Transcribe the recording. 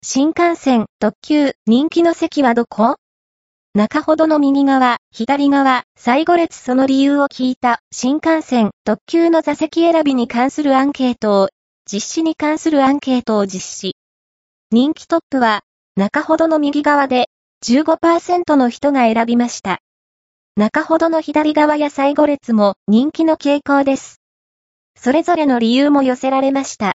新幹線、特急、人気の席はどこ？中ほどの右側、左側、最後列その理由を聞いた、新幹線、特急の座席選びに関するアンケートを、実施に関するアンケートを実施。人気トップは、中ほどの右側で、15% の人が選びました。中ほどの左側や最後列も人気の傾向です。それぞれの理由も寄せられました。